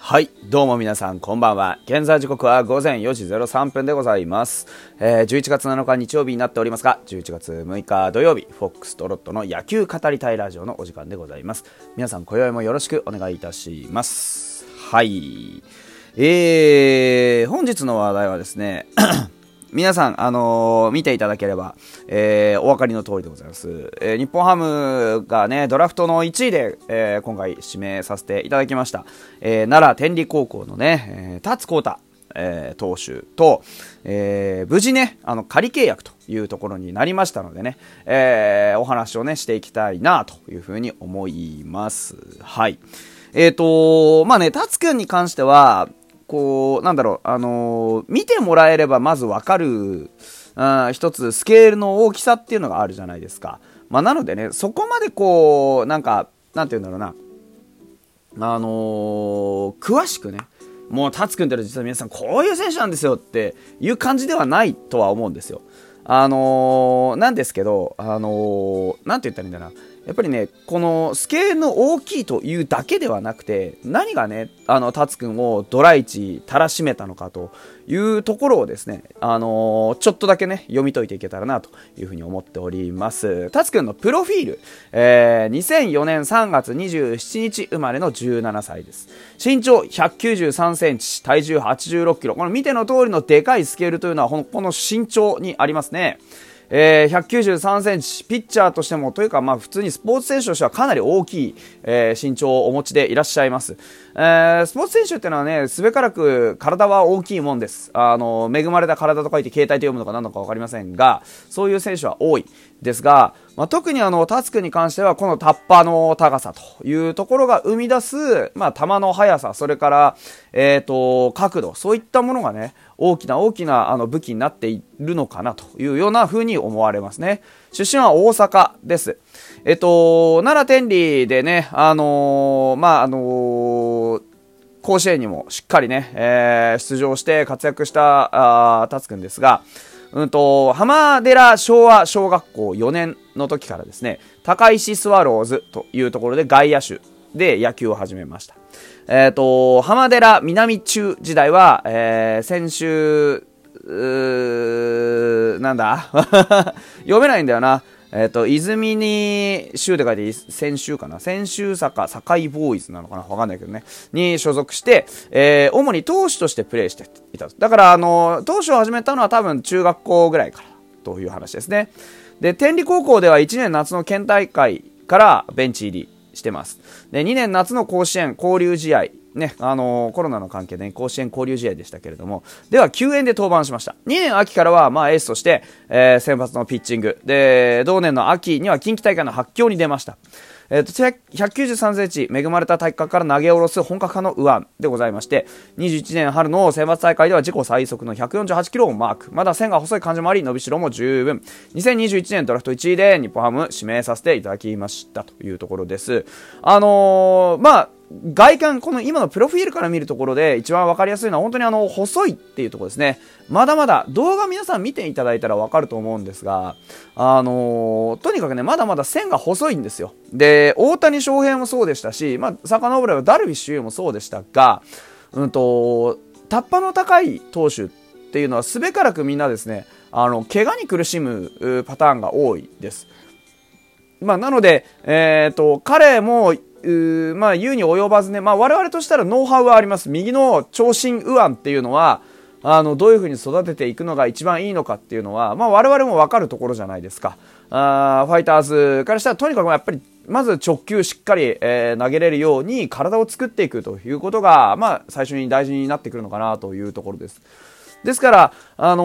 はい、どうも皆さんこんばんは。現在時刻は午前4時03分でございます。11月7日日曜日になっておりますが、11月6日土曜日、フォックストロットの野球語りたいラジオのお時間でございます。皆さん今宵もよろしくお願いいたします。はい。本日の話題はですね、皆さん、見ていただければ、お分かりの通りでございます。日本ハムがね、ドラフトの1位で、今回指名させていただきました。奈良天理高校のね、達光太、投手と、無事ね、仮契約というところになりましたのでね、お話をね、していきたいなというふうに思います。はい。まあね、達くんに関しては、こうなんだろう、見てもらえればまず分かる、一つスケールの大きさっていうのがあるじゃないですか。まあ、なのでね、そこまでこうなんて言うんだろうな、詳しくね、もう達君って実は皆さんこういう選手なんですよっていう感じではないとは思うんですよ。なんですけど、なんて言ったらいいんだな。やっぱりね、このスケールの大きいというだけではなくて、何がね、達くんをドラ1たらしめたのかというところをですね、ちょっとだけね、読み解いていけたらなというふうに思っております。達くんのプロフィール、2004年3月27日生まれの17歳です。身長193センチ、体重86キロ。この見ての通りのでかいスケールというのは、この身長にありますね。193センチ、ピッチャーとしてもというか、まあ普通にスポーツ選手としてはかなり大きい、身長をお持ちでいらっしゃいます。スポーツ選手っていうのはね、すべからく体は大きいもんです。恵まれた体と書いて形態と読むのか何なのか分かりませんが、そういう選手は多いですが、まあ、特に達くんに関してはこのタッパの高さというところが生み出す、まあ、球の速さ、それから、角度、そういったものがね、大きな武器になっているのかなというような風に思われますね。出身は大阪です。奈良天理でね、甲子園にもしっかりね、出場して活躍した達くんですが、浜寺昭和小学校4年の時からですね、高石スワローズというところで外野手で野球を始めました。浜寺南中時代は、先週なんだ読めないんだよな。泉に州で書いて先週かな、先週坂堺ボーイズなのかな、わかんないけどね、に所属して、主に投手としてプレーしていた。だから投手を始めたのは多分中学校ぐらいからという話ですね。で、天理高校では1年夏の県大会からベンチ入りしてます。で、2年夏の甲子園交流試合ね、コロナの関係で、ね、甲子園交流試合でしたけれども、では救援で登板しました。2年秋からは、まあエースとして、先発のピッチングで、同年の秋には近畿大会の発強に出ました。193センチ恵まれた体格から投げ下ろす本格派の右腕でございまして、21年春の選抜大会では自己最速の148キロをマーク。まだ線が細い感じもあり、伸びしろも十分。2021年ドラフト1位で日本ハム指名させていただきましたというところです。まあ外観、この今のプロフィールから見るところで一番分かりやすいのは本当に細いっていうところですね。まだまだ動画皆さん見ていただいたら分かると思うんですが、とにかくね、まだまだ線が細いんですよ。で、大谷翔平もそうでしたし、まあ、遡ればダルビッシュ有もそうでしたが、タッパの高い投手っていうのはすべからくみんなですね、怪我に苦しむパターンが多いです。まあ、なので、彼もまあ、言うに及ばずね、まあ、我々としたらノウハウはあります。右の長身右腕っていうのは、どういう風に育てていくのが一番いいのかっていうのは、まあ、我々も分かるところじゃないですか。ファイターズからしたらとにかくやっぱり、まず直球しっかり、投げれるように体を作っていくということが、まあ、最初に大事になってくるのかなというところです。ですから、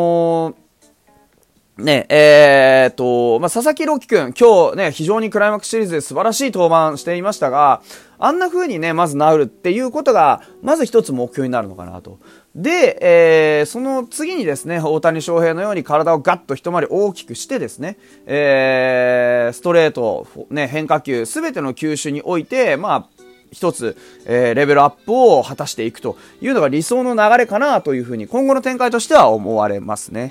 ね、まあ、佐々木朗希くん、今日ね、非常にクライマックスシリーズで素晴らしい登板していましたが、あんな風にね、まずなるっていうことが、まず一つ目標になるのかなと。で、その次にですね、大谷翔平のように体をガッと一回り大きくしてですね、ストレート、ね、変化球、すべての球種において、まあ、一つ、レベルアップを果たしていくというのが理想の流れかなというふうに今後の展開としては思われますね。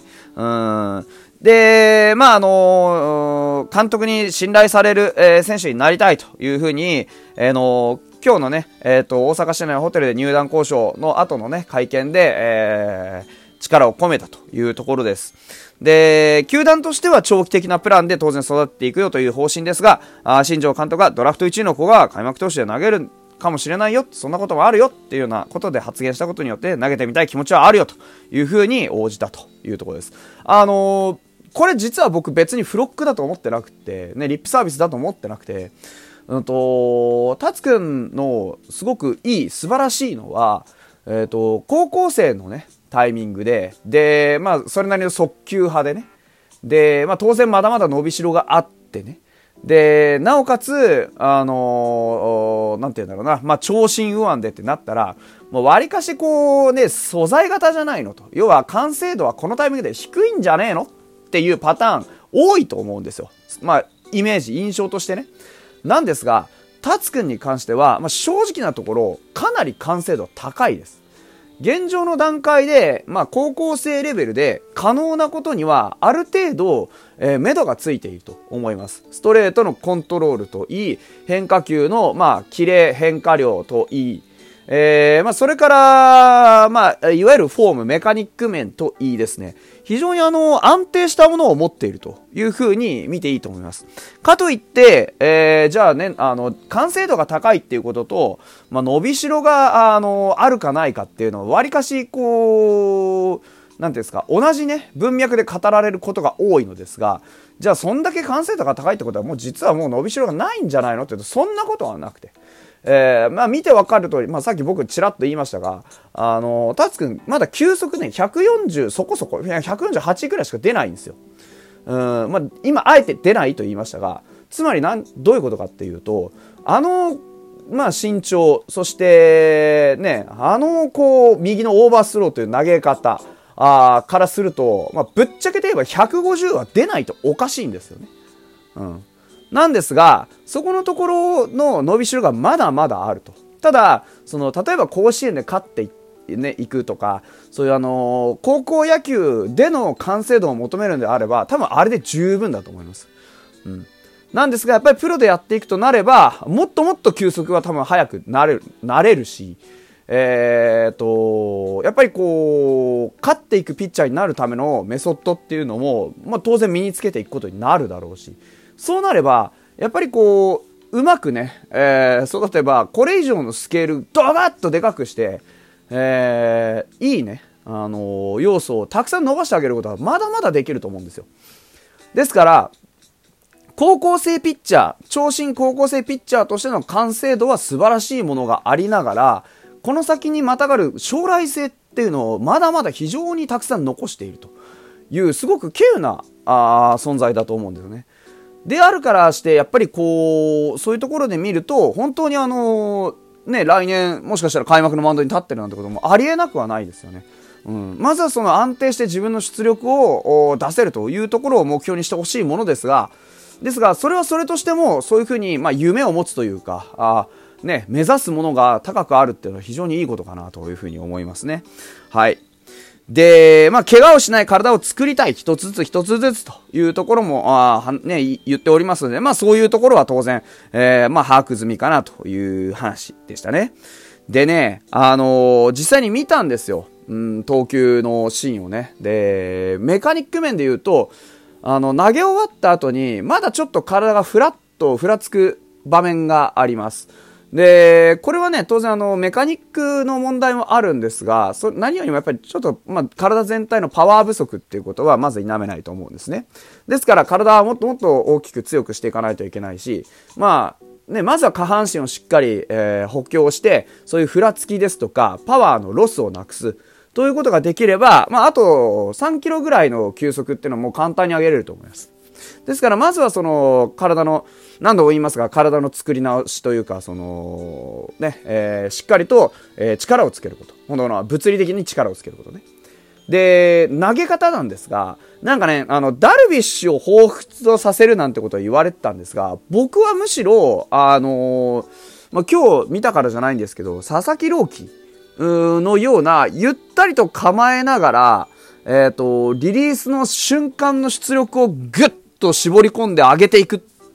で、まあ監督に信頼される、選手になりたいというふうに、去今日のね、大阪市内のホテルで入団交渉の後のね、会見で、力を込めたというところです。で、球団としては長期的なプランで当然育っていくよという方針ですが、新庄監督がドラフト1位の子が開幕投手で投げるかもしれないよ、そんなこともあるよっていうようなことで発言したことによって投げてみたい気持ちはあるよというふうに応じたというところです。これ実は僕別にフロックだと思ってなくて、ね、リップサービスだと思ってなくて、タツくんのすごくいい素晴らしいのは、高校生のねタイミングで、それなりの速球派でね、で、当然まだまだ伸びしろがあってね、で、なおかつ、なんて言うんだろうな、長身右腕でってなったら、もう割かしこうね、素材型じゃないのと。要は完成度はこのタイミングで低いんじゃねえのっていうパターン多いと思うんですよ。イメージ、印象としてね。なんですが、タツくんに関しては、正直なところ、かなり完成度高いです。現状の段階で、高校生レベルで可能なことにはある程度、目処がついていると思います。ストレートのコントロールといい、変化球の、キレ変化量といい、それから、いわゆるフォーム、メカニック面といいですね。非常に安定したものを持っているというふうに見ていいと思います。かといって、じゃあね、完成度が高いっていうことと、伸びしろが、あるかないかっていうのは、割かし、こう、なんていうんですか、同じね、文脈で語られることが多いのですが、じゃあそんだけ完成度が高いってことは、もう実はもう伸びしろがないんじゃないのって言うと、そんなことはなくて。見てわかる通り、さっき僕ちらっと言いましたが、タツくん、まだ球速ね、140そこそこ、148ぐらいしか出ないんですよ。今、あえて出ないと言いましたが、つまりどういうことかっていうと、身長、そして、ね、こう、右のオーバースローという投げ方、からすると、ぶっちゃけて言えば150は出ないとおかしいんですよね。なんですが、そこのところの伸びしろがまだまだあると。ただ、例えば甲子園で勝っていくとか、そういう高校野球での完成度を求めるんであれば、多分あれで十分だと思います。なんですが、やっぱりプロでやっていくとなれば、もっともっと球速は多分速くなれるし、やっぱりこう、勝っていくピッチャーになるためのメソッドっていうのも、当然身につけていくことになるだろうし、そうなれば、やっぱりこう、うまくね、育てば、これ以上のスケール、ドバッとでかくして、いいね、要素をたくさん伸ばしてあげることは、まだまだできると思うんですよ。ですから、高校生ピッチャー、長身高校生ピッチャーとしての完成度は素晴らしいものがありながら、この先にまたがる将来性っていうのをまだまだ非常にたくさん残しているという、すごく稀有な存在だと思うんですよね。であるからして、やっぱりこう、そういうところで見ると、本当に来年、もしかしたら開幕のマウンドに立ってるなんてこともありえなくはないですよね。まずはその安定して自分の出力を出せるというところを目標にしてほしいものですが、それはそれとしても、そういうふうに、夢を持つというか、目指すものが高くあるっていうのは非常にいいことかなというふうに思いますね。はい。で、怪我をしない体を作りたい。一つずつ一つずつというところも、言っておりますので、そういうところは当然、把握済みかなという話でしたね。でね、実際に見たんですよ。投球のシーンをね。で、メカニック面で言うと、投げ終わった後に、まだちょっと体がふらつく場面があります。で、これはね、当然メカニックの問題もあるんですが、何よりもやっぱりちょっと、体全体のパワー不足っていうことはまず否めないと思うんですね。ですから体はもっともっと大きく強くしていかないといけないし、まずは下半身をしっかり、補強して、そういうふらつきですとか、パワーのロスをなくす。ということができれば、あと3キロぐらいの球速っていうのも簡単に上げれると思います。ですからまずはその体の、何度も言いますが、体の作り直しというか、しっかりと、力をつけること。本当の物理的に力をつけることね。で、投げ方なんですが、なんかね、ダルビッシュを彷彿とさせるなんてことを言われてたんですが、僕はむしろ、今日見たからじゃないんですけど、佐々木朗希のような、ゆったりと構えながら、リリースの瞬間の出力をぐっと絞り込んで上げていくっ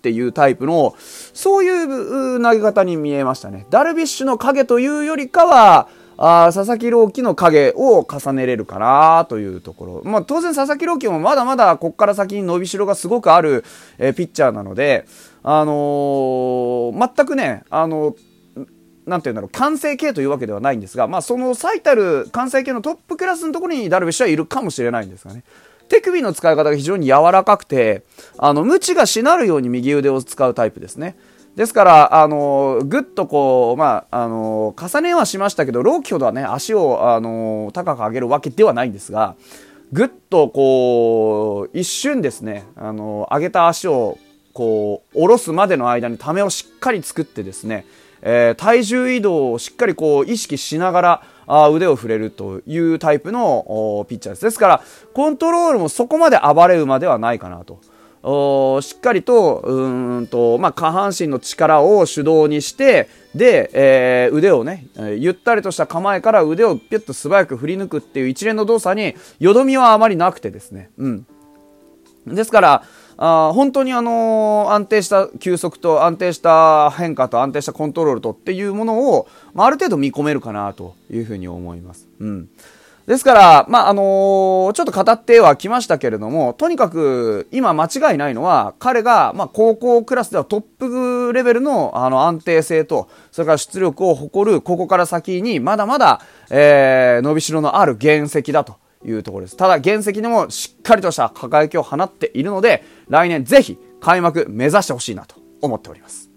っていうタイプの、そういう投げ方に見えましたね。ダルビッシュの影というよりかは、佐々木朗希の影を重ねれるかなというところ。当然佐々木朗希もまだまだこっから先に伸びしろがすごくある、ピッチャーなので、全くね、なんていうんだろう、完成形というわけではないんですが、その最たる完成形のトップクラスのところにダルビッシュはいるかもしれないんですがね。手首の使い方が非常に柔らかくて、無知がしなるように右腕を使うタイプですね。ですから、ぐっとこう、重ねはしましたけど、朗希ほどはね、足を、高く上げるわけではないんですが、ぐっとこう、一瞬ですね、上げた足を、こう、下ろすまでの間にためをしっかり作ってですね、体重移動をしっかりこう意識しながら腕を振れるというタイプのピッチャーです。ですからコントロールもそこまで暴れ馬ではないかなと。しっかりと下半身の力を主導にしてで、腕をねゆったりとした構えから腕をピュッと素早く振り抜くっていう一連の動作によどみはあまりなくてですね、ですから本当に安定した球速と安定した変化と安定したコントロールとっていうものを、ある程度見込めるかなというふうに思います。ですから、ちょっと語ってはきましたけれども、とにかく今間違いないのは、彼が、高校クラスではトップレベルの安定性と、それから出力を誇る、ここから先にまだまだ、伸びしろのある原石だというところです。ただ原石にもしっかりとした輝きを放っているので、来年ぜひ開幕目指してほしいなと思っております。